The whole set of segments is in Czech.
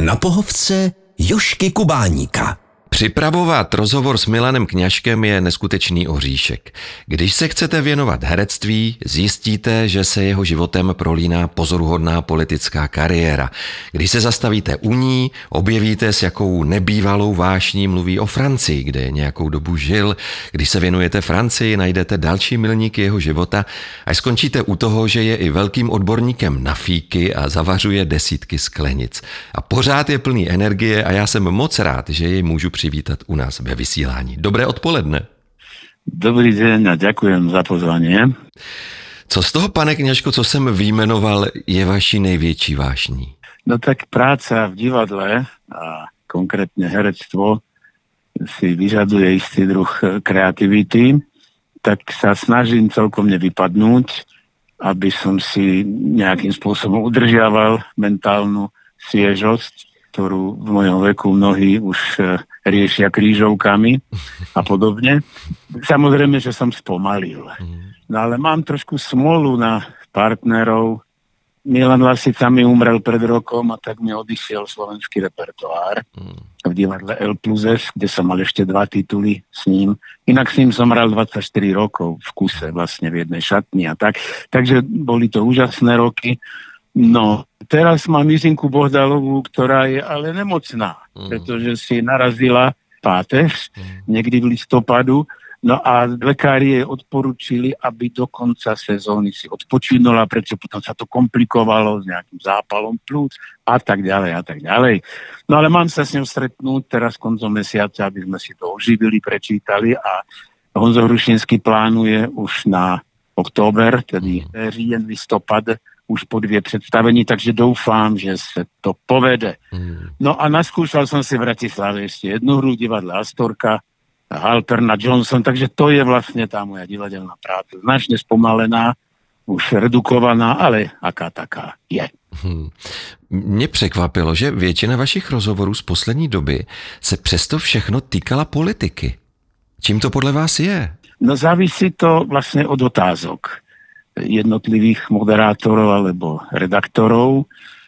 Na pohovce Jožky Kubáníka. Připravovat rozhovor s Milanem Kňažkem je neskutečný oříšek. Když se chcete věnovat herectví, zjistíte, že se jeho životem prolíná pozoruhodná politická kariéra. Když se zastavíte u ní, objevíte, s jakou nebývalou vášní mluví o Francii, kde nějakou dobu žil. Když se věnujete Francii, najdete další milníky jeho života, až skončíte u toho, že je i velkým odborníkem na fíky a zavařuje desítky sklenic. A pořád je plný energie a já jsem moc rád, že jej můžu přivítat u nás ve vysílání. Dobré odpoledne. Dobrý deň a ďakujem za pozvanie. Co z toho, pane Kňažko, co jsem vyjmenoval, je vaší největší vášní? No tak práca v divadle a konkrétne herectvo si vyžaduje istý druh kreativity, tak sa snažím celkom nevypadnúť, aby som si nejakým spôsobom udržiaval mentálnu sviežosť, ktorú v mojom veku mnohí už riešia krížovkami a podobne. Samozrejme, že som spomalil. No ale mám trošku smolu na partnerov. Milan Lasica mi umrel pred rokom a tak mi odišiel slovenský repertoár v divadle L+S, kde som mal ešte 2 tituly s ním. Inak s ním som hral 24 rokov v kuse vlastne v jednej šatni a tak. Takže boli to úžasné roky. No, teraz mám Jiřinku Bohdalovú, ktorá je ale nemocná, pretože si narazila páteř niekdy v listopadu. No a lekári jej odporučili, aby do konca sezóny si odpočínula, pretože potom sa to komplikovalo s nejakým zápalom plúc a tak ďalej a tak ďalej. No ale mám sa s ňou stretnúť teraz koncom mesiaca, aby sme si to oživili, prečítali a Honzo Hrušinský plánuje už na október, tedy říjen, listopad, už po 2 představení, takže doufám, že se to povede. No a naskúšal som si v Bratislave ešte jednu hru, divadle Astorka, Halperna, Johnson, takže to je vlastne tá moja divadelná práca. Značne spomalená, už redukovaná, ale aká taká je. Mě překvapilo, že většina vašich rozhovorů z poslední doby se přesto všechno týkala politiky. Čím to podle vás je? No závisí to vlastne od otázok jednotlivých moderátorov alebo redaktorov.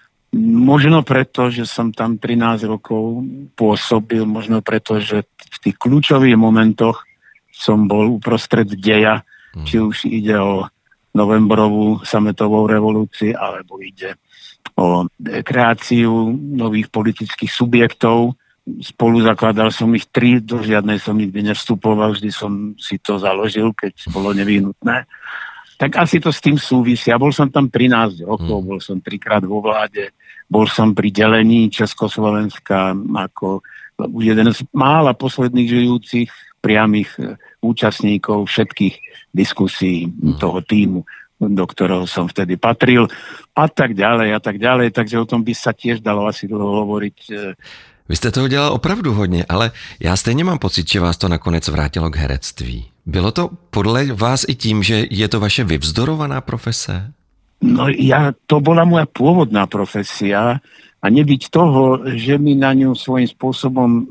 Možno preto, že som tam 13 rokov pôsobil, možno preto, že v tých kľúčových momentoch som bol uprostred deja, či už ide o novembrovú sametovú revolúciu, alebo ide o kreáciu nových politických subjektov. Spolu zakladal som ich 3, do žiadnej som nikdy nevstupoval, vždy som si to založil, keď bolo nevyhnutné. Tak asi to s tým súvisí. Ja bol som tam 13 rokov, bol som 3-krát vo vláde, bol som pri delení Československa ako už jeden z mála posledných žijúcich priamých účastníkov všetkých diskusí toho týmu, do ktorého som vtedy patril a tak ďalej a tak ďalej. Takže o tom by sa tiež dalo asi dlho hovoriť. Vy jste toho dělal opravdu hodně, ale já stejně mám pocit, že vás to nakonec vrátilo k herectví. Bylo to podle vás i tím, že je to vaše vyvzdorovaná profese? No to bola moja pôvodná profesia a nebyť toho, že mi na ňu svojím spôsobom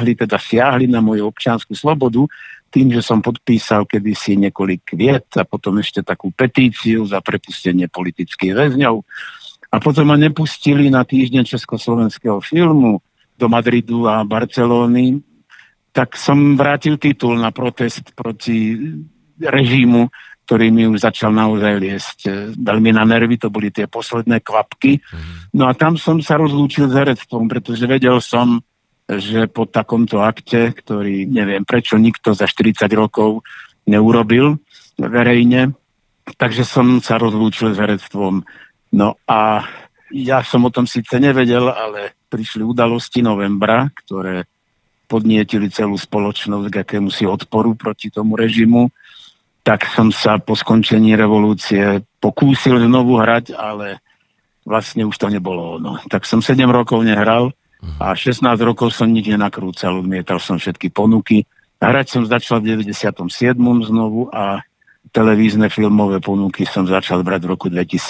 siahli na moju občiansku slobodu, tým, že som podpísal kedysi niekoľko viet a potom ešte takú petíciu za prepustenie politických väzňov. A potom ma nepustili na týždeň československého filmu do Madridu a Barcelóny, tak som vrátil titul na protest proti režimu, ktorý mi už začal naozaj liesť veľmi na nervy, to boli tie posledné kvapky. No a tam som sa rozlúčil s herectvom, pretože vedel som, že po takomto akte, ktorý neviem prečo nikto za 40 rokov neurobil verejne, takže som sa rozlúčil s herectvom. No a ja som o tom síce nevedel, ale prišli udalosti novembra, ktoré podnietili celú spoločnosť k akémusi odporu proti tomu režimu. Tak som sa po skončení revolúcie pokúsil znovu hrať, ale vlastne už to nebolo ono. Tak som 7 rokov nehral a 16 rokov som nič nenakrúcal, odmietal som všetky ponuky. Hrať som začal v 97. znovu a televízne filmové ponuky som začal brať v roku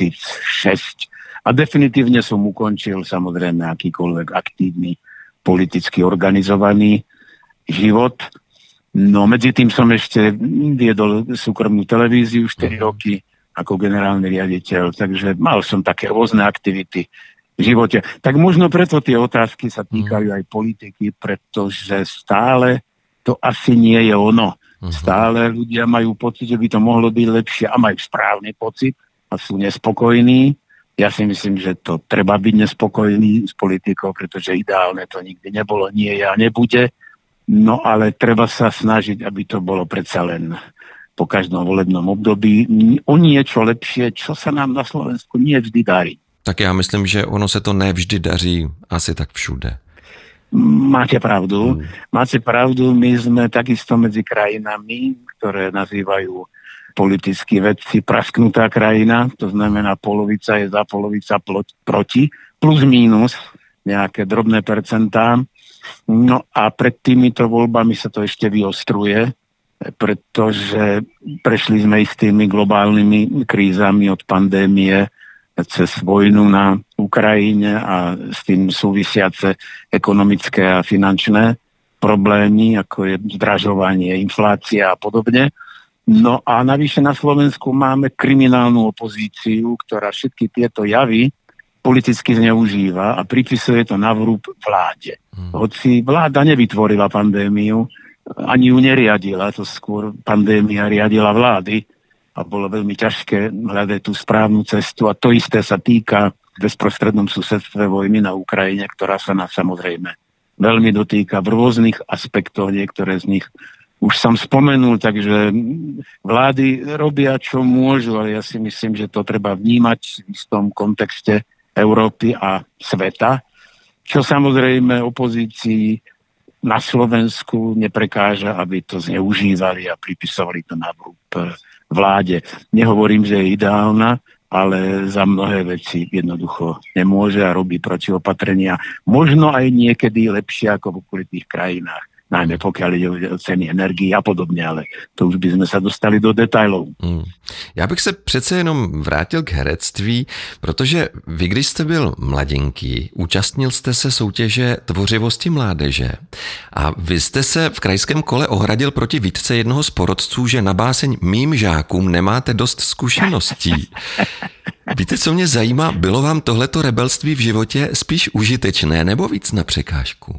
2006. A definitívne som ukončil samozrejme akýkoľvek aktívny, politicky organizovaný život. No medzi tým som ešte viedol súkromnú televíziu 4 roky ako generálny riaditeľ, takže mal som také rôzne aktivity. živote. Tak možno preto tie otázky sa týkajú aj politiky, pretože stále to asi nie je ono. Stále ľudia majú pocit, že by to mohlo byť lepšie a majú správny pocit a sú nespokojní. Ja si myslím, že to treba byť nespokojný s politikou, pretože ideálne to nikdy nebolo, nie je a nebude. No ale treba sa snažiť, aby to bolo predsa len po každom volebnom období o niečo lepšie, čo sa nám na Slovensku nie vždy darí. Tak já myslím, že ono se to nevždy daří asi tak všude. Máte pravdu. Máte pravdu, my sme takisto medzi krajinami, ktoré nazývajú politickí vedci prasknutá krajina, to znamená polovica je za, polovica proti, plus mínus nejaké drobné percentá. No a pred týmito voľbami sa to ešte vyostruje, pretože prešli sme istými globálnymi krízami od pandémie cez vojnu na Ukrajine a s tým súvisiace ekonomické a finančné problémy, ako je zdražovanie, inflácia a podobne. No a navyše na Slovensku máme kriminálnu opozíciu, ktorá všetky tieto javy politicky zneužíva a pripisuje to na vrúb vláde. Hoci vláda nevytvorila pandémiu, ani ju neriadila, to skôr pandémia riadila vlády, a bolo veľmi ťažké hľadať tú správnu cestu a to isté sa týka v bezprostrednom susedstve vojny na Ukrajine, ktorá sa nás samozrejme veľmi dotýka v rôznych aspektoch, niektoré z nich už som spomenul, takže vlády robia čo môžu, ale ja si myslím, že to treba vnímať v istom kontexte Európy a sveta, čo samozrejme opozícii na Slovensku neprekáža, aby to zneužívali a pripisovali to na vrúb vláde. Nehovorím, že je ideálna, ale za mnohé veci jednoducho nemôže a robí protiopatrenia. Možno aj niekedy lepšie ako v okolitých krajinách. Najmä pokiaľ ide o ceny energií a podobně, ale to už bychom se dostali do detailů. Já bych se přece jenom vrátil k herectví, protože vy, když jste byl mladinký, účastnil jste se soutěže tvořivosti mládeže a vy jste se v krajském kole ohradil proti výtce jednoho z porodců, že na báseň Mým žákům nemáte dost zkušeností. Víte, co mě zajímá? Bylo vám tohleto rebelství v životě spíš užitečné nebo víc na překážku?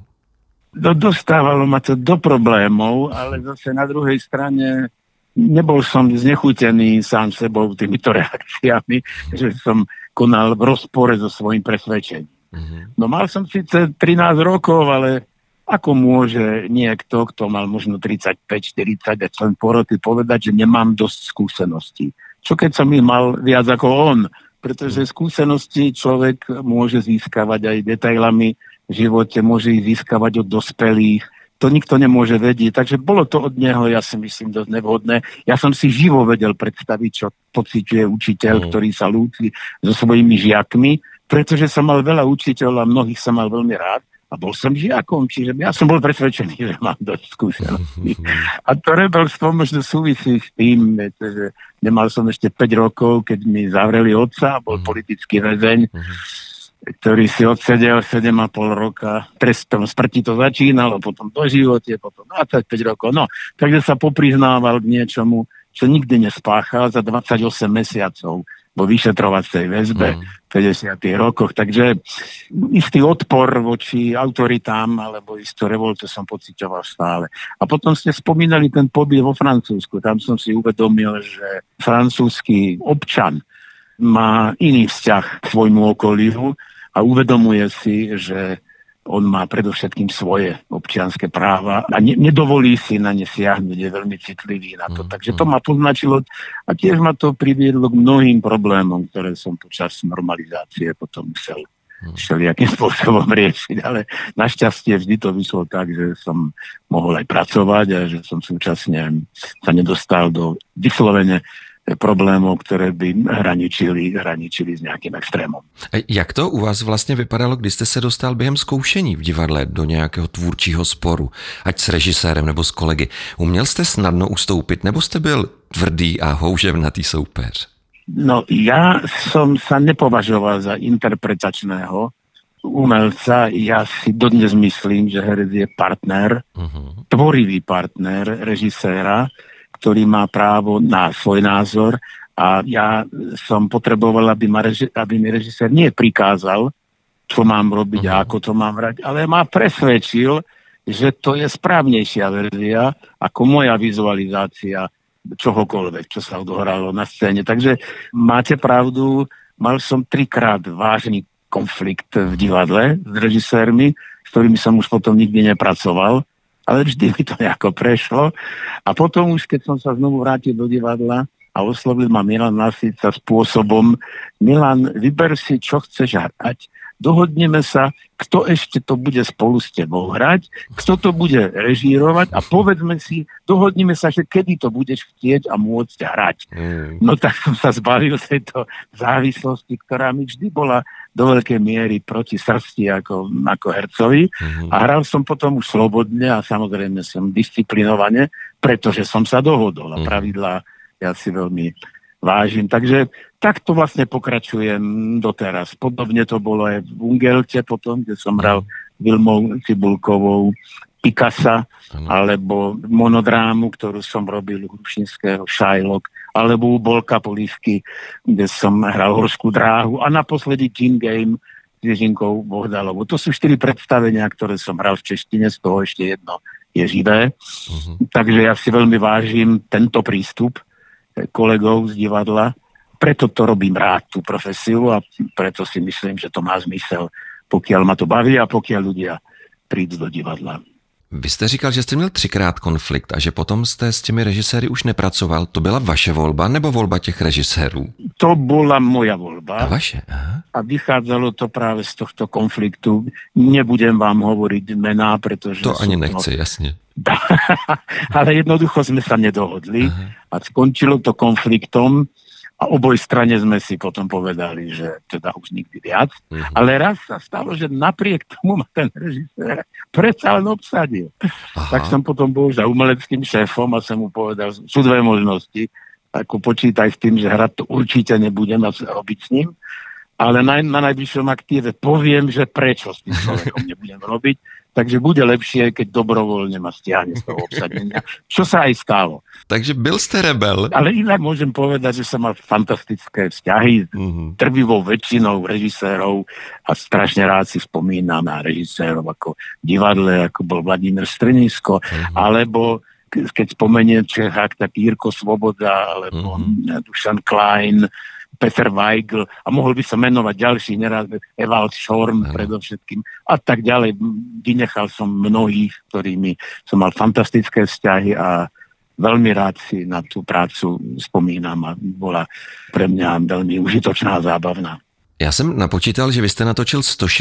Dostávalo ma to do problémov, ale zase na druhej strane nebol som znechutený sám sebou týmito reakciami, že som konal v rozpore so svojím presvedčením. No mal som síce 13 rokov, ale ako môže niekto, kto mal možno 35-40 a člen poroty povedať, že nemám dosť skúseností. Čo keď som ich mal viac ako on? Pretože skúsenosti človek môže získavať aj detailami v živote, môže ich získavať od dospelých. To nikto nemôže vedieť. Takže bolo to od neho, ja si myslím, dosť nevhodné. Ja som si živo vedel predstaviť, čo pociťuje učiteľ, ktorý sa lúči so svojimi žiakmi, pretože som mal veľa učiteľov a mnohých som mal veľmi rád a bol som žiakom, čiže ja som bol presvedčený, že mám dosť skúseností. A to rebelstvo možno súvisí s tým, že nemal som ešte 5 rokov, keď mi zavreli otca, bol politický väzeň, ktorý si odsedel 7,5 roka trestom smrti to začínalo, potom do živote, potom 25 rokov. No, takže sa popriznával k niečomu, čo nikdy nespáchal za 28 mesiacov vo vyšetrovacej väzbe v 50. rokoch. Takže istý odpor voči autoritám alebo istú revoltu som pociťoval stále. A potom ste spomínali ten pobyt vo Francúzsku. Tam som si uvedomil, že francúzsky občan má iný vzťah k svojmu okoliu a uvedomuje si, že on má predovšetkým svoje občianske práva a nedovolí si na ne siahnuť, je veľmi citlivý na to. Takže to ma poznačilo a tiež ma to priviedlo k mnohým problémom, ktoré som počas normalizácie potom musel všelijakým spôsobom riešiť, ale našťastie vždy to vyšlo tak, že som mohol aj pracovať a že som súčasne sa nedostal do vyslovene problémov, které by hraničili s nějakým extrémem. Jak to u vás vlastně vypadalo, když jste se dostal během zkoušení v divadle do nějakého tvůrčího sporu, ať s režisérem nebo s kolegy? Uměl jste snadno ustoupit, nebo jste byl tvrdý a houževnatý soupeř? No, ja som sa nepovažoval za interpretačného umelca. Ja si dodnes myslím, že herec je partner, tvorivý partner režiséra, ktorý má právo na svoj názor a ja som potreboval, aby mi režisér nie prikázal, čo mám robiť a ako to mám hrať, ale ma presvedčil, že to je správnejšia verzia ako moja vizualizácia čohokoľvek, čo sa odohralo na scéne. Takže máte pravdu, mal som 3-krát vážny konflikt v divadle s režisérmi, s ktorými som už potom nikdy nepracoval, ale vždy mi to nejako prešlo. A potom už, keď som sa znovu vrátil do divadla a oslovil ma Milan Lasica spôsobom: Milan, vyber si, čo chceš hrať, dohodneme sa, kto ešte to bude spolu s tebou hrať, kto to bude režírovať a povedzme si, dohodneme sa, že kedy to budeš chcieť a môcť hrať. No tak som sa zbavil tejto závislosti, ktorá mi vždy bola do veľkej miery proti srsti ako hercovi a hral som potom už slobodne a samozrejme som disciplinovane, pretože som sa dohodol a pravidlá ja si veľmi vážim. Takže takto vlastne pokračujem doteraz. Podobne to bolo aj v Ungelte potom, kde som hral Vilmou Cibulkovou Picassa, alebo monodrámu, ktorú som robil u Hrušinského Shylock, alebo u Bolka Polívky, kde som hral Horskú dráhu a naposledy King Game s Ježinkou Bohdalovou. To sú 4 predstavenia, ktoré som hral v češtine, z toho ešte jedno je živé. Takže ja si veľmi vážim tento prístup kolegov z divadla. Preto to robím rád, tú profesiu, a preto si myslím, že to má zmysel, pokiaľ ma to baví a pokiaľ ľudia prídu do divadla. Vy jste říkal, že jste měl 3krát konflikt a že potom jste s těmi režiséry už nepracoval. To byla vaše volba nebo volba těch režisérů? To bola moja voľba. A vaše? Aha. A vychádzalo to práve z tohto konfliktu. Nebudem vám hovoriť mená, pretože... To ani nechci, jasne. Ale jednoducho sme sa nedohodli a skončilo to konfliktom a oboj strane sme si potom povedali, že teda už nikdy viac. Ale raz sa stalo, že napriek tomu ma ten režisér predsa len obsadil. Tak som potom bol za umeleckým šéfom a som mu povedal, sú 2 možnosti. Ako počítaj s tým, že hrať to určite nebudem a robiť s ním. Ale na najbližšom aktíve poviem, že prečo s tým človekom nebudem robiť. Takže bude lepšie, keď dobrovoľne ma stiahne z toho obsadenia. Čo sa aj stalo. Takže byl ste rebel. Ale inak môžem povedať, že som mal fantastické vzťahy s drvivou väčšinou režisérov a strašne rád si spomínam na režisérov ako divadle, ako bol Vladimír Strnisko, alebo keď spomeniem Čechák, tak Jirko Svoboda, alebo Dušan Klein, Peter Weigl a mohol by som menovať ďalší, neraz Ewald Schorn predovšetkým a tak ďalej. Vynechal som mnohých, ktorými som mal fantastické vzťahy a veľmi rád si na tú prácu spomínam a bola pre mňa veľmi užitočná a zábavná. Já jsem napočítal, že vy jste natočil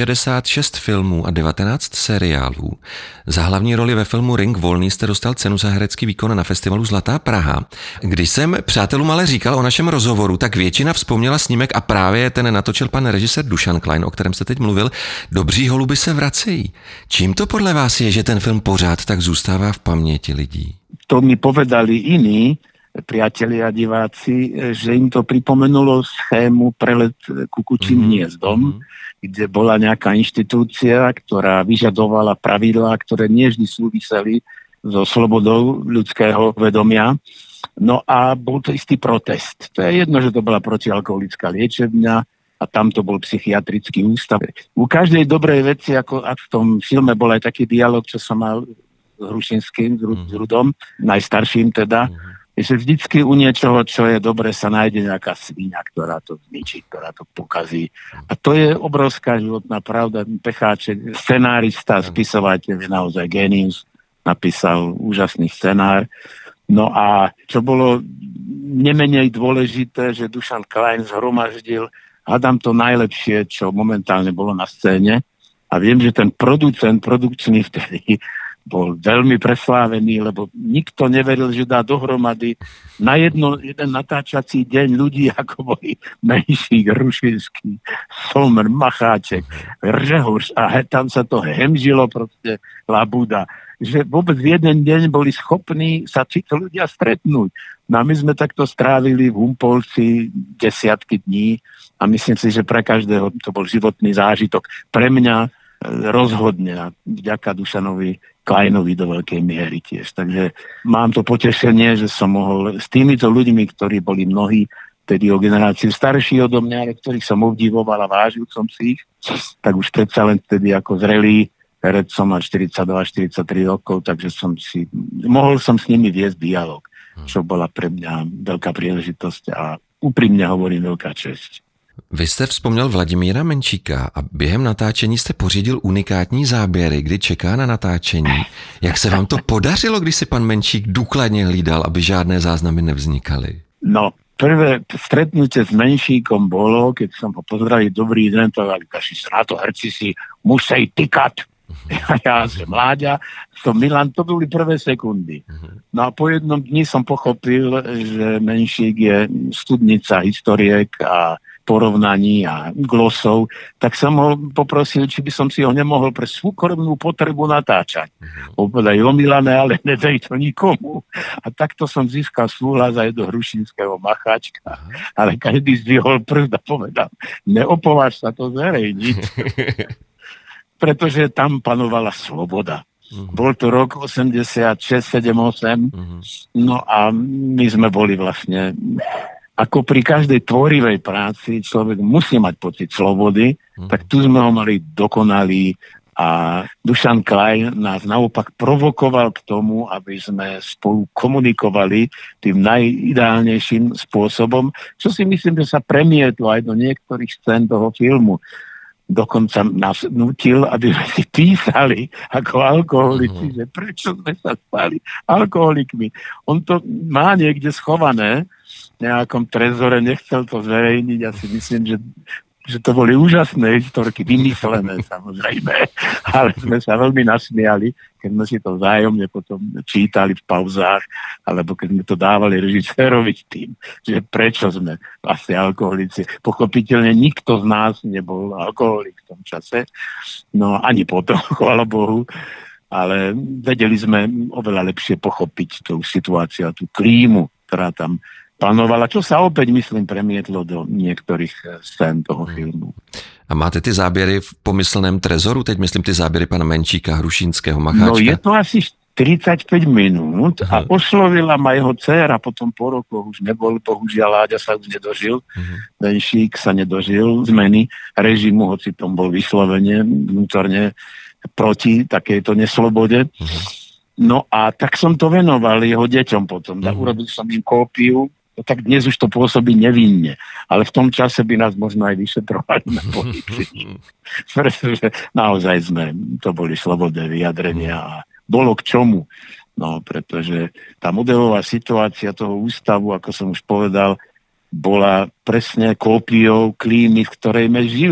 166 filmů a 19 seriálů. Za hlavní roli ve filmu Ring volný jste dostal cenu za herecký výkon na festivalu Zlatá Praha. Když jsem přátelům ale říkal o našem rozhovoru, tak většina vzpomněla snímek a právě ten natočil pan režisér Dušan Klein, o kterém jste teď mluvil. Dobří holuby se vracejí. Čím to podle vás je, že ten film pořád tak zůstává v paměti lidí? To mi povedali iní priatelia diváci, že im to pripomenulo schému Prelet kukučím hniezdom, kde bola nejaká inštitúcia, ktorá vyžadovala pravidlá, ktoré nie vždy súviseli so slobodou ľudského vedomia. No a bol to istý protest. To je jedno, že to bola protialkoholická liečebňa a tam to bol psychiatrický ústav. U každej dobrej veci, ako v tom filme bol aj taký dialog, čo som mal s Hrušinským, s Rudom, najstarším teda, že vždycky u niečoho, čo je dobre, sa nájde nejaká svíňa, ktorá to zničí, ktorá to pokazí. A to je obrovská životná pravda. Pecháček, scenárista, spisovateľ, je naozaj génius, napísal úžasný scenár. No a čo bolo nemenej dôležité, že Dušan Klein zhromaždil, hádam to najlepšie, čo momentálne bolo na scéne. A viem, že ten produkčný vtedy bol veľmi preslávený, lebo nikto neveril, že dá dohromady na jeden natáčací deň ľudí, ako boli Menšík, Hrušinský, Sommer, Macháček, Řehoř a tam sa to hemžilo proste Labuda. Že vôbec v jeden deň boli schopní sa títo ľudia stretnúť. No a my sme takto strávili v Humpolci desiatky dní a myslím si, že pre každého to bol životný zážitok. Pre mňa rozhodne a vďaka Dušanovi Kleinovi do veľkej miery tiež. Takže mám to potešenie, že som mohol s týmito ľuďmi, ktorí boli mnohí tedy o generáciu starší odo mňa, ale ktorých som obdivoval a vážil som si ich, tak už predsa len vtedy ako zrelý herec som mal 42-43 rokov, takže mohol som s nimi viesť dialog, čo bola pre mňa veľká príležitosť a úprimne hovorím veľká česť. Vy jste vzpomněl Vladimíra Menčíka a během natáčení jste pořídil unikátní záběry, kdy čeká na natáčení. Jak se vám to podařilo, když si pan Menčík důkladně hlídal, aby žádné záznamy nevznikaly? No, prvé stretnutie s Menšíkom bolo, keď som ho pozdravil, dobrý den, to kaši sa na to, herci si musí tykať. Ja som Láďa, som Milan, to boli prvé sekundy. No a po jednom dni som pochopil, že Menšík je studnica historiek a porovnaní a glosov, tak som ho poprosil, či by som si ho nemohol pre súkromnú potrebu natáčať. Povedal, jo Milane, ale nedej to nikomu. A takto som získal súhlas aj do hrušinského macháčka. Ale každý zdvihol prst a povedal, neopováž sa to zverejniť. Pretože tam panovala sloboda. Bol to rok 86, 7, 8. No a my sme boli vlastne... Ako pri každej tvorivej práci človek musí mať pocit slobody, tak tu sme ho mali dokonalý a Dušan Klaj nás naopak provokoval k tomu, aby sme spolu komunikovali tým najideálnejším spôsobom, čo si myslím, že sa premietlo aj do niektorých scén toho filmu. Dokonca nás nutil, aby sme si písali ako alkoholici, že prečo sme sa stali alkoholikmi. On to má niekde schované v nejakom trezore, nechcel to zverejniť. Ja si myslím, že to boli úžasné historky, vymyslené samozrejme, ale sme sa veľmi nasmiali, keď sme si to vzájomne potom čítali v pauzách, alebo keď sme to dávali režisérovi tým, že prečo sme vlastne alkoholici. Pochopiteľne nikto z nás nebol alkoholik v tom čase, no ani potom, chvála Bohu, ale vedeli sme oveľa lepšie pochopiť tú situáciu a tú klímu, ktorá tam panovala, čo sa opäť, myslím, premietlo do niektorých scén toho filmu. A máte ty záběry v pomyslném trezoru? Teď myslím ty záběry pana Menčíka, Hrušínského macháčka. No je to asi 45 minút a oslovila ma jeho dcéra, potom po rokoch už nebol, bohužiaľ Láďa sa už nedožil, Menšík sa nedožil zmeny režimu, hoci tom bol vyslovene vnútorne proti takejto neslobode. No a tak som to venoval jeho deťom potom. Urobil som im kópiu, tak dnes už to pôsobí nevinne. Ale v tom čase by nás možno aj vyšetrovali na polícii. Pretože naozaj to boli slobodné vyjadrenia a bolo k čomu. No, pretože tá modelová situácia toho ústavu, ako som už povedal, bola presne kópiou klímy, v ktorej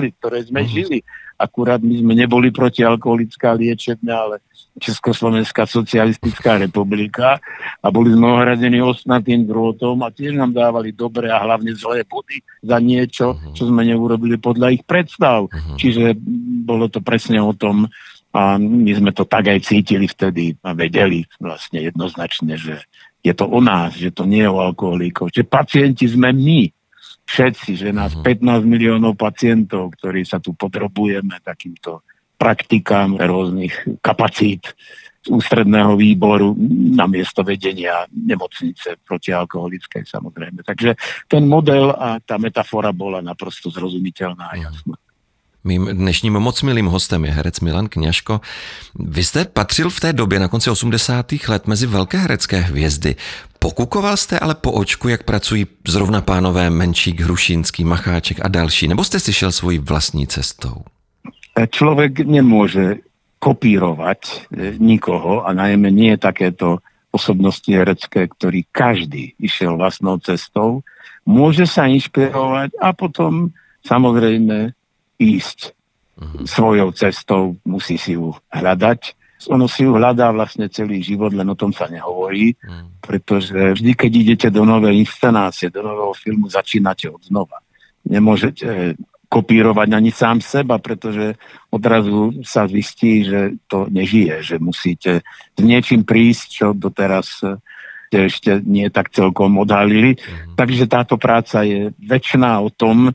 sme žili. Akurát my sme neboli protialkoholická liečebňa, ale Československá socialistická republika a boli sme ohradení ostnatým drôtom a tiež nám dávali dobré a hlavne zlé body za niečo, čo sme neurobili podľa ich predstav. Čiže bolo to presne o tom a my sme to tak aj cítili vtedy a vedeli vlastne jednoznačne, že je to o nás, že to nie je o alkoholíkov, že pacienti sme my. Všetci, že nás 15 miliónov pacientov, ktorí sa tu potrebujeme takýmto praktikám rôznych kapacít z ústredného výboru na miesto vedenia nemocnice protialkoholickej samozrejme. Takže ten model a tá metafora bola naprosto zrozumiteľná a jasná. Mým dnešním moc milým hostem je herec Milan Kňažko. Vy jste patřil v té době na konci 80. let mezi velké herecké hvězdy. Pokukoval jste ale po očku, jak pracují zrovna pánové Menčík, Hrušínský, Macháček a další, nebo jste si šel svojí vlastní cestou? Človek nemôže kopírovať nikoho a najmä nie takéto osobnosti herecké, ktorý každý išiel vlastnou cestou. Môže sa inšpirovať a potom samozrejme ísť svojou cestou, musí si ju hľadať. Ono si ju hľadá vlastne celý život, len o tom sa nehovorí, pretože vždy, keď idete do novej inscenácie, do nového filmu, začínate od znova. Nemôžete kopírovať ani sám seba, pretože odrazu sa zistí, že to nežije, že musíte s niečím prísť, čo doteraz ešte nie tak celkom odhalili. Takže táto práca je večná o tom,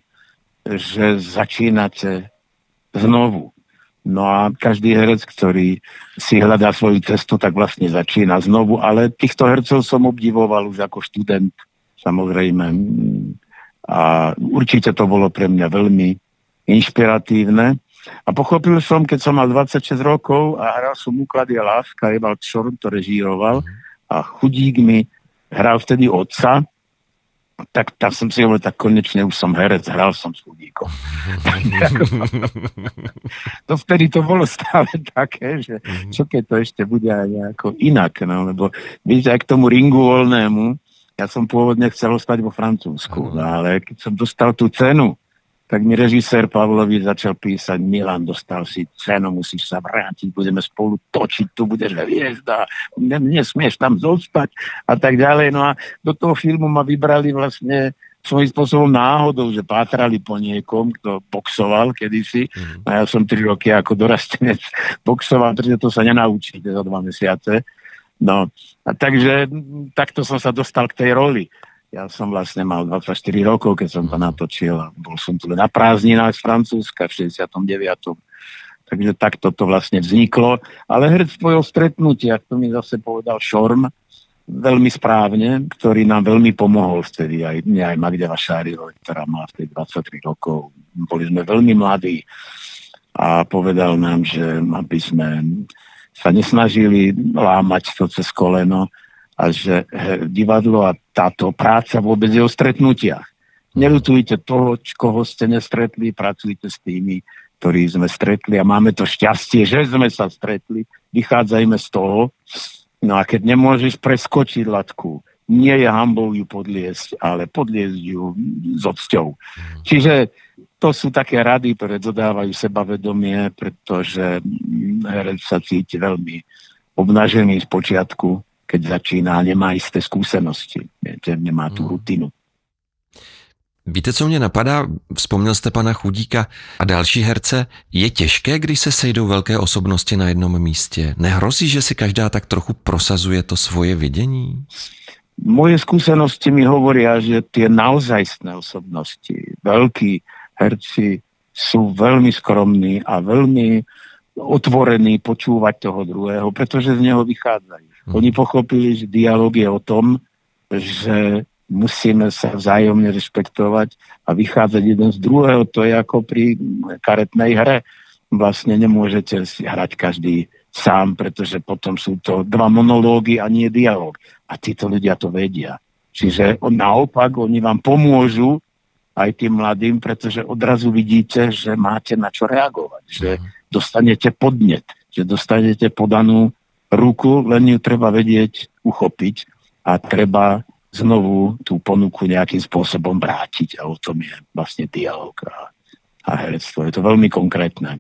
že začínate znovu. No a každý herec, ktorý si hľadá svoju cestu, tak vlastne začína znovu. Ale týchto hercov som obdivoval už ako študent. Samozrejme, A určite to bolo pre mňa veľmi inšpiratívne. A pochopil som, keď som mal 26 rokov a hral som Úklady a láska, Ewald Schorn to režíroval a Chudík mi hral vtedy otca, tak som si hovoril, tak konečne už som herec, hral som s Chudíkom. To vtedy to bolo stále také, že čo keď to ešte bude aj nejako inak, no, lebo vidíte, aj k tomu Ringu voľnému, ja som pôvodne chcel ostať vo Francúzsku, no, ale keď som dostal tú cenu, tak mi režisér Pavlovič začal písať: Milan, dostal si cenu, musíš sa vrátiť, budeme spolu točiť, tu budeš hviezda, nesmieš tam zostať a tak ďalej. No a do toho filmu ma vybrali vlastne svojím spôsobom náhodou, že pátrali po niekom, kto boxoval kedysi. A ja som 3 roky ako dorastenec boxoval, pretože to sa nenaučíte za 2 mesiace. No, a takže takto som sa dostal k tej roli. Ja som vlastne mal 24 rokov, keď som to natočil a bol som tu na prázdninách z Francúzska v 69. Takže takto to vlastne vzniklo. Ale herectvo je o stretnutiach, to mi zase povedal Schorn veľmi správne, ktorý nám veľmi pomohol vtedy, aj mne, aj Magde Vašáriovej, ktorá má vtedy 23 rokov. Boli sme veľmi mladí a povedal nám, že aby sme sa nesnažili lámať to cez koleno, a že divadlo a táto práca vôbec je o stretnutiach. Neľutujte toho, koho ste nestretli, pracujte s tými, ktorí sme stretli a máme to šťastie, že sme sa stretli, vychádzajme z toho. No a keď nemôžeš preskočiť latku, nie je hanbou ju podliesť, ale podliesť ju s odsťou. Čiže to sú také rady, ktoré dodávajú sebavedomie, pretože herec sa cíti veľmi obnažený z počiatku, keď začíná, nemá isté skúsenosti, nemá tu rutinu. Víte, co mě napadá? Vzpomněl jste pana Chudíka a další herce. Je těžké, když se sejdou velké osobnosti na jednom místě? Nehrozí, že si každá tak trochu prosazuje to svoje vidění? Moje skúsenosti mi hovoria, že tie naozajstné osobnosti, veľkí herci sú veľmi skromní a veľmi otvorení počúvať toho druhého, pretože z neho vychádzajú. Oni pochopili, že dialog je o tom, že musíme sa vzájomne rešpektovať a vychádzať jeden z druhého. To je ako pri karetnej hre. Vlastne nemôžete si hrať každý sám, pretože potom sú to 2 monológy a nie dialog. A títo ľudia to vedia. Čiže naopak, oni vám pomôžu aj tým mladým, pretože odrazu vidíte, že máte na čo reagovať. Že dostanete podnet, že dostanete podanú ruku, len ju treba vedieť uchopiť a treba znovu tú ponuku nejakým spôsobom vrátiť a o tom je vlastne dialog a herectvo. Je to veľmi konkrétne.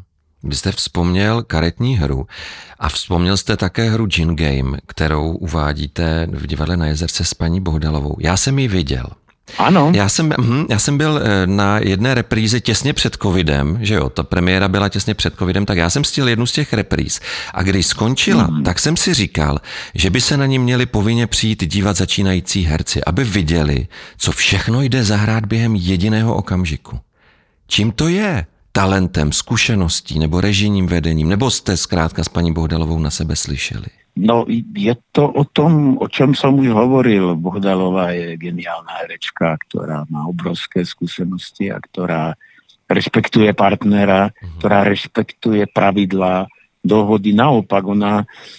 Vy jste vzpomněl karetní hru a vzpomněl jste také hru Gin Game, kterou uvádíte v divadle na Jezerce s paní Bohdalovou. Já jsem ji viděl. Ano. Já jsem byl na jedné repríze těsně před covidem, že jo, ta premiéra byla těsně před covidem, tak já jsem stihl jednu z těch repríz a když skončila, tak jsem si říkal, že by se na ní měli povinně přijít dívat začínající herci, aby viděli, co všechno jde zahrát během jediného okamžiku. Čím to je? Talentem, zkušeností nebo režijním vedením? Nebo jste zkrátka s paní Bohdalovou na sebe slyšeli? No, je to o tom, o čom som už hovoril. Bohdalová je geniálna herečka, ktorá má obrovské skúsenosti a ktorá rešpektuje partnera, ktorá rešpektuje pravidlá, dohody. Naopak, ona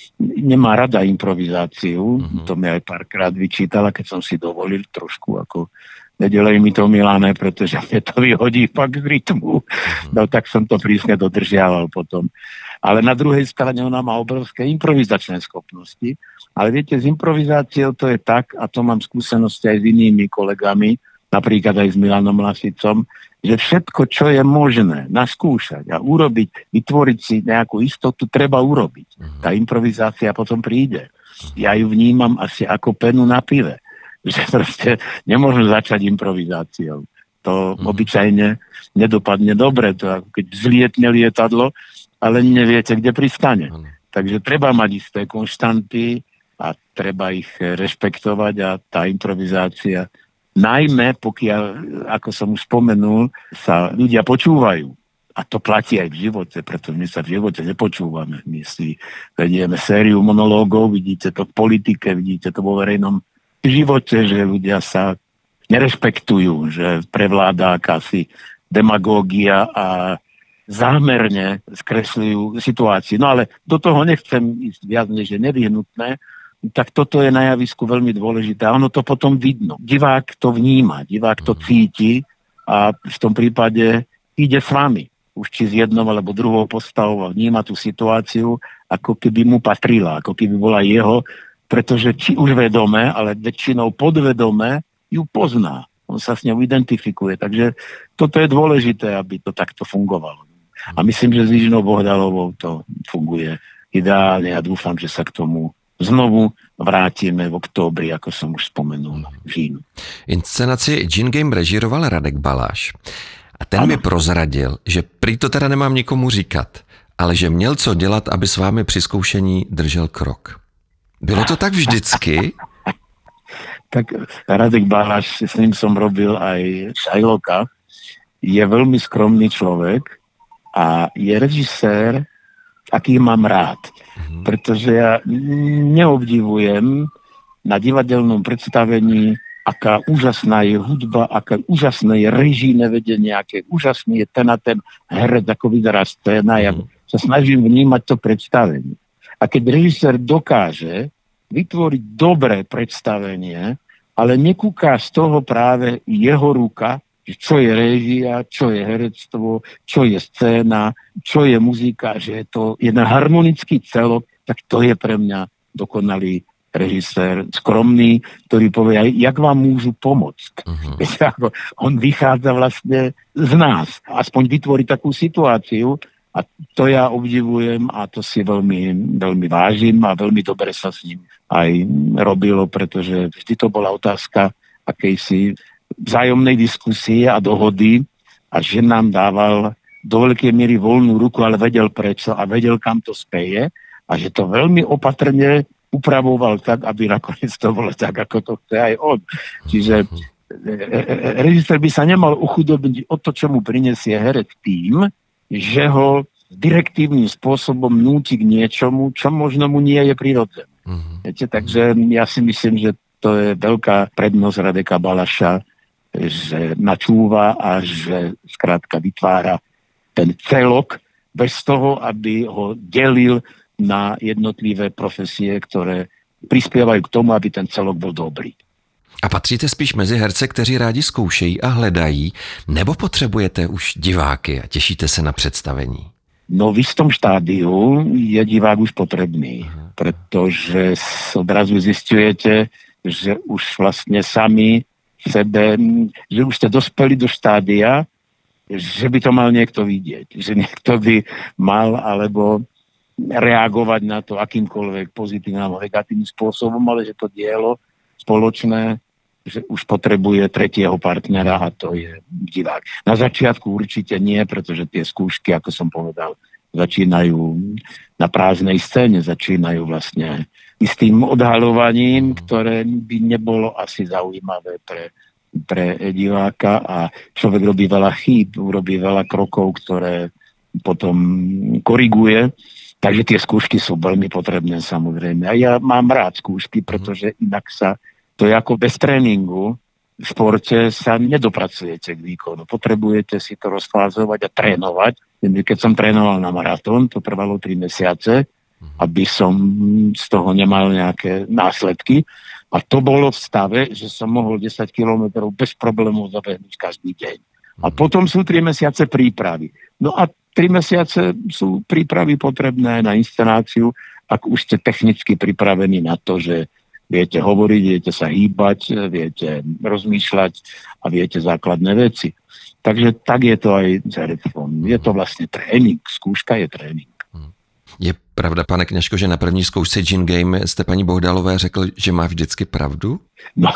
nemá rada improvizáciu. To mi aj párkrát vyčítala, keď som si dovolil trošku ako nedelej mi to, Miláne, pretože mne to vyhodí fakt z rytmu. No tak som to prísne dodržiaval potom. Ale na druhej strane ona má obrovské improvizačné schopnosti. Ale viete, s improvizáciou to je tak, a to mám skúsenosti aj s inými kolegami, napríklad aj s Milanom Lasicom, že všetko, čo je možné naskúšať a urobiť, vytvoriť si nejakú istotu, treba urobiť. Tá improvizácia potom príde. Ja ju vnímam asi ako penu na pive. Že proste nemôžem začať improvizáciou. To obyčajne nedopadne dobre. To ako keď vzlietne lietadlo, ale neviete, kde pristane. Takže treba mať isté konštanty a treba ich rešpektovať a tá improvizácia, najmä pokiaľ, ako som už spomenul, sa ľudia počúvajú. A to platí aj v živote, pretože my sa v živote nepočúvame. My si vedieme sériu monológov, vidíte to v politike, vidíte to vo verejnom živote, že ľudia sa nerešpektujú, že prevláda akási demagógia a zámerne skresľujú situáciu. No ale do toho nechcem ísť viac, než je nevyhnutné, tak toto je na javisku veľmi dôležité. Ono to potom vidno. Divák to vníma, divák to cíti a v tom prípade ide s vami. Už či s jednou alebo druhou postavou a vníma tú situáciu, ako keby mu patrila, ako keby bola jeho, pretože či už vedome, ale väčšinou podvedome ju pozná. On sa s ňou identifikuje. Takže toto je dôležité, aby to takto fungovalo. A myslím, že s Jižinou Bohdalovou to funguje ideálne a dúfam, že sa k tomu znovu vrátime v októbri, ako som už spomenul, v říjnu. Inscenaci Gin Game režíroval Radek Baláš. A ten mi prozradil, že prý to teda nemám nikomu říkat, ale že měl co dělat, aby s vámi při zkoušení držel krok. Bylo to tak vždycky? Tak Radek Baláš, s ním som robil aj Shylocka, je veľmi skromný človek a je režisér, aký mám rád. Pretože ja neobdivujem na divadelnom predstavení, aká úžasná je hudba, aká úžasné je režijné vedenie, aké úžasný je ten a ten herec, ako vyzerá scéna. Ja sa snažím vnímať to predstavenie. A keď režisér dokáže vytvoriť dobré predstavenie, ale nekúká z toho práve jeho ruka, čo je réžia, čo je herectvo, čo je scéna, čo je muzika, že je to jeden harmonický celok, tak to je pre mňa dokonalý režisér, skromný, ktorý povie, jak vám môžu pomôcť. On vychádza vlastne z nás. Aspoň vytvorí takú situáciu a to ja obdivujem a to si veľmi, veľmi vážim a veľmi dobre sa s ním aj robilo, pretože vždy to bola otázka akejsi vzájomnej diskusie a dohody a že nám dával do veľkej miery voľnú ruku, ale vedel prečo a vedel, kam to speje a že to veľmi opatrne upravoval tak, aby nakoniec to bolo tak, ako to chce aj on. Čiže režisér by sa nemal uchudobniť od to, čo mu prinesie herec tým, že ho direktívnym spôsobom núti k niečomu, čo možno mu nie je prirodzené. Viete, takže ja si myslím, že to je veľká prednosť Radeka Balaša, že načúva a že skrátka vytvára ten celok bez toho, aby ho delil na jednotlivé profesie, ktoré prispievajú k tomu, aby ten celok bol dobrý. A patříte spíš mezi herce, kteří rádi zkoušejí a hledají, nebo potřebujete už diváky a těšíte se na představení? No v istom štádiu je divák už potrebný, pretože odrazu zistujete, že už vlastne sami sebe, že už ste dospeli do štádia, že by to mal niekto vidieť, že niekto by mal alebo reagovať na to akýmkoľvek pozitívnym alebo negatívnym spôsobom, ale že to dielo spoločné, že už potrebuje tretieho partnera a to je divák. Na začiatku určite nie, pretože tie skúšky, ako som povedal, začínajú na prázdnej scéne, začínajú vlastne istým odhalovaním, ktoré by nebolo asi zaujímavé pre diváka a človek robí veľa chýb, urobí veľa krokov, ktoré potom koriguje. Takže tie skúšky sú veľmi potrebné samozrejme. A ja mám rád skúšky, pretože inak sa to je ako bez tréningu. V športe sa nedopracujete k výkonu. Potrebujete si to rozfázovať a trénovať. Keď som trénoval na maratón, to trvalo 3 mesiace, aby som z toho nemal nejaké následky. A to bolo v stave, že som mohol 10 kilometrov bez problémov zabehnúť každý deň. A potom sú 3 mesiace prípravy. No a 3 mesiace sú prípravy potrebné na inscenáciu, ak už ste technicky pripravení na to, že viete hovoriť, viete sa hýbať, viete rozmýšľať a viete základné veci. Takže tak je to aj s herectvom. Je to vlastne trénink. Skúška je trénink. Je pravda, pane Kňažko, že na první zkoušce Gin Game jste paní Bohdalové řekl, že má vždycky pravdu? No.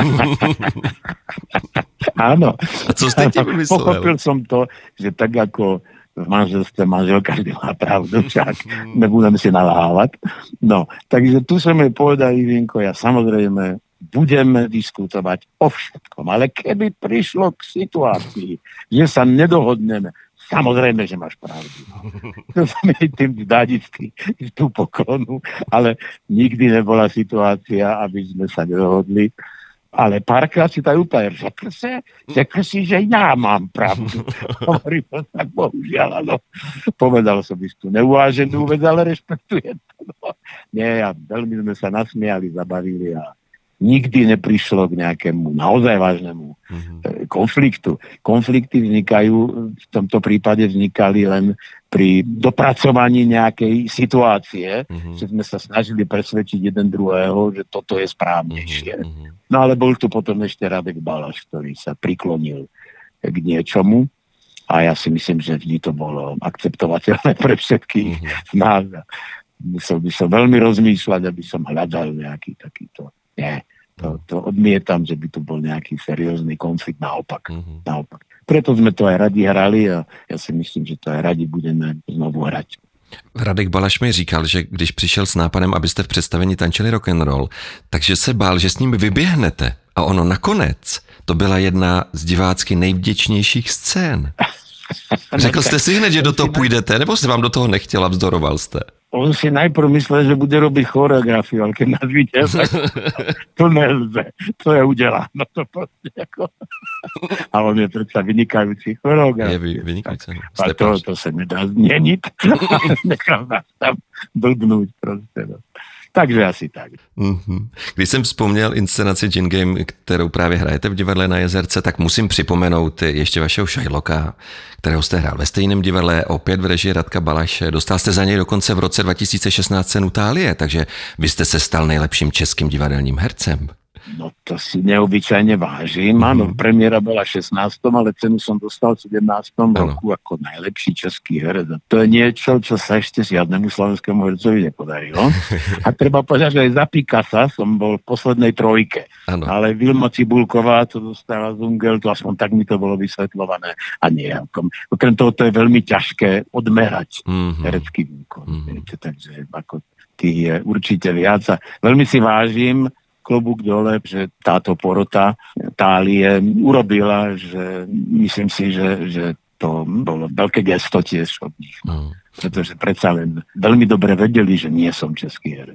Áno. A co ste tím vymyslel? Pochopil som to, že tak ako v manželstve manžel každý má pravdu, však nebudem si nalhávať. No, takže tu som jej povedal, Ivinko, ja samozrejme budeme diskutovať o všetkom, ale keby prišlo k situácii, že sa nedohodneme, samozrejme, že máš pravdu. To sa mi tým dať tú poklonu, ale nikdy nebola situácia, aby sme sa nedohodli. Ale párkrát si tady úplně řekl si, že já mám pravdu. Hovorím, tak bohužiaľ, áno. Povedal som istú neuváženú vec, ale rešpektujem to. No. Nie, a veľmi sme sa nasmiali, zabavili a nikdy neprišlo k nejakému naozaj vážnemu konfliktu. Konflikty vznikajú, v tomto prípade vznikali len pri dopracovaní nejakej situácie, že sme sa snažili presvedčiť jeden druhého, že toto je správnejšie. No ale bol tu potom ešte Radek Balaš, ktorý sa priklonil k niečomu a ja si myslím, že vždy to bolo akceptovateľné pre všetkých nás. Musel by som veľmi rozmýšľať, aby som hľadal nejaký takýto... Nie, to odmietam, že by tu bol nejaký seriózny konflikt, naopak. Preto sme to aj radi hrali a ja si myslím, že to aj radi budeme znovu hrať. Radek Balaš mi říkal, že když přišel s nápadem, abyste v představení tančili rock'n'roll, takže se bál, že s ním vyběhnete. A ono nakonec, to byla jedna z divácky nejvděčnějších scén. Řekl jste si hned, že do toho půjdete, nebo se vám do toho nechtěl a vzdoroval jste? On si najprv myslel, že bude robiť choreografiu, ale keď nás videl, tak to nelze. To je udelá. No to proste ako... A on je predsa vynikajúci choreograf. Je vynikajúci. A to sa nedá zmieniť. Nechal nás tam blbnúť proste. No. Takže asi tak. Když jsem vzpomněl inscenaci Gin Game, kterou právě hrajete v divadle na Jezerce, tak musím připomenout ještě vašeho Shylocka, kterého jste hrál ve stejném divadle, opět v režii Radka Balaše. Dostal jste za něj dokonce v roce 2016 cenu Thálie, takže vy jste se stal nejlepším českým divadelním hercem. No to si neobyčajne vážim. Áno, premiéra bola 16, ale cenu som dostal v 17. roku ako najlepší český herec. To je niečo, čo sa ešte žiadnemu slovenskému hercovi nepodarilo. A treba povedať, že aj za Pikasa som bol v poslednej trojke. Ano. Ale Vilma Cibulková to dostala z Ungel, to aspoň tak mi to bolo vysvetľované. A nie. Okrem toho to je veľmi ťažké odmerať herecký výkon. Takže ako tých je určite viac. A veľmi si vážim klobúk dole, že táto porota Thálie urobila, že myslím si, že to bolo veľké gesto tiež od nich. Pretože predsa len veľmi dobre vedeli, že nie som český herec.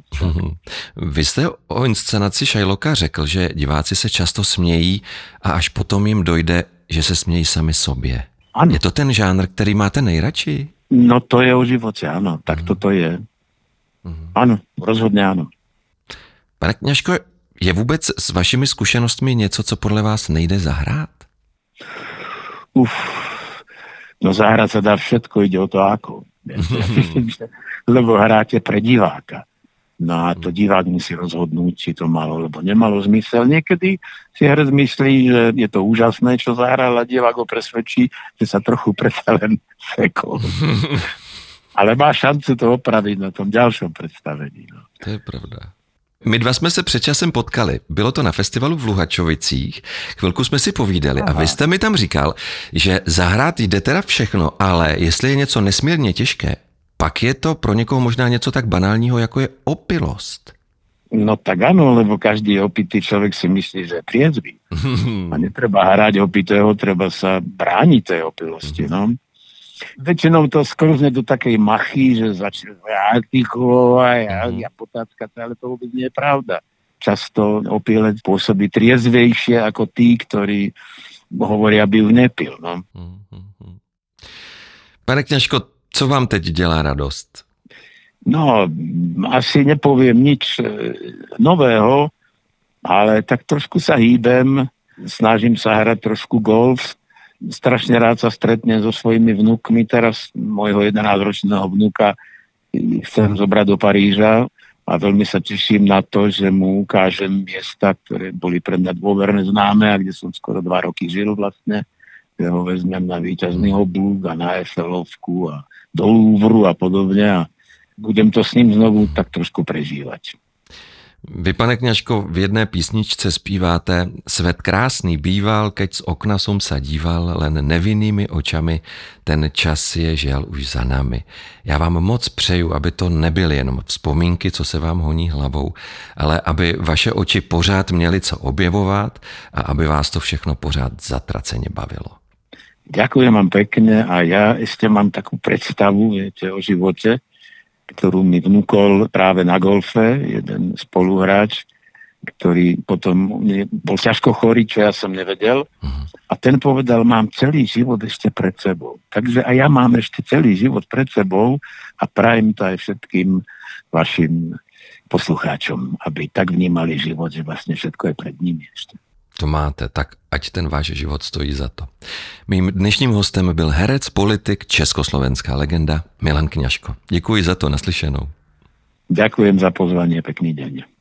Vy jste o inscenaci Shylocka řekl, že diváci se často smějí a až potom jim dojde, že se smějí sami sobě. Ano. Je to ten žánr, který máte nejradši? No to je o živote, áno. Tak toto je. Áno, rozhodne áno. Pane Kňažko, je vůbec s vašimi zkušenostmi něco, co podle vás nejde zahrát? No zahrať sa dá všetko, ide o to ako. Lebo hráte pre diváka. No a to divák musí rozhodnúť, či to malo, alebo nemalo zmysel. Niekedy si herec myslí, že je to úžasné, čo zahral, a divák ho presvedčí, že sa trochu predsa len sekol. Ale má šancu to opraviť na tom ďalšom predstavení. No. To je pravda. My dva jsme se před časem potkali. Bylo to na festivalu v Luhačovicích. Chvilku jsme si povídali a vy jste mi tam říkal, že zahrát jde teda všechno, ale jestli je něco nesmírně těžké, pak je to pro někoho možná něco tak banálního, jako je opilost. No tak áno, lebo každý opitý človek si myslí, že je triezvy. A netreba hrať opitého, treba sa brániť tej opilosti, no. Väčšinou to sklzne do takej machy, že začne artikulovať a potáckať, ale to vôbec nie je pravda. Často opilec pôsobí triezvejšie ako tí, ktorí hovoria, aby ju nepil. No. Pane Kňažko, co vám teď dělá radost? No, asi nepoviem nič nového, ale tak trošku sa hýbem, snažím sa hrať trošku golf. Strašne rád sa stretnem so svojimi vnúkmi. Teraz môjho 11-ročného vnúka chcem zobrať do Paríža a veľmi sa teším na to, že mu ukážem miesta, ktoré boli pre mňa dôverne známe a kde som skoro 2 roky žil vlastne. Kde ho vezmem na víťazný oblúk a na Eiffelovku a do Louvru a podobne a budem to s ním znovu tak trošku prežívať. Vy, pane Kňažko, v jedné písničce zpíváte: Svet krásný býval, keď z okna som sa díval, len nevinnými očami, ten čas je žiaľ už za nami. Já vám moc přeju, aby to nebyly jenom vzpomínky, co se vám honí hlavou, ale aby vaše oči pořád měly co objevovat a aby vás to všechno pořád zatraceně bavilo. Ďakujem vám pekne a ja ešte mám takú predstavu, viete, o živote, ktorú mi vnúkol práve na golfe jeden spoluhráč. ktorý potom bol ťažko chorý, čo ja som nevedel. A ten povedal, mám celý život ešte pred sebou. Takže aj ja mám ešte celý život pred sebou a prajem to aj všetkým vašim poslucháčom, aby tak vnímali život, že vlastne všetko je pred nimi ešte. To máte, tak ať ten váš život stojí za to. Mým dnešním hostem byl herec, politik, československá legenda Milan Kňažko. Děkuji za to, naslyšenou. Ďakujem za pozvanie, pekný deň.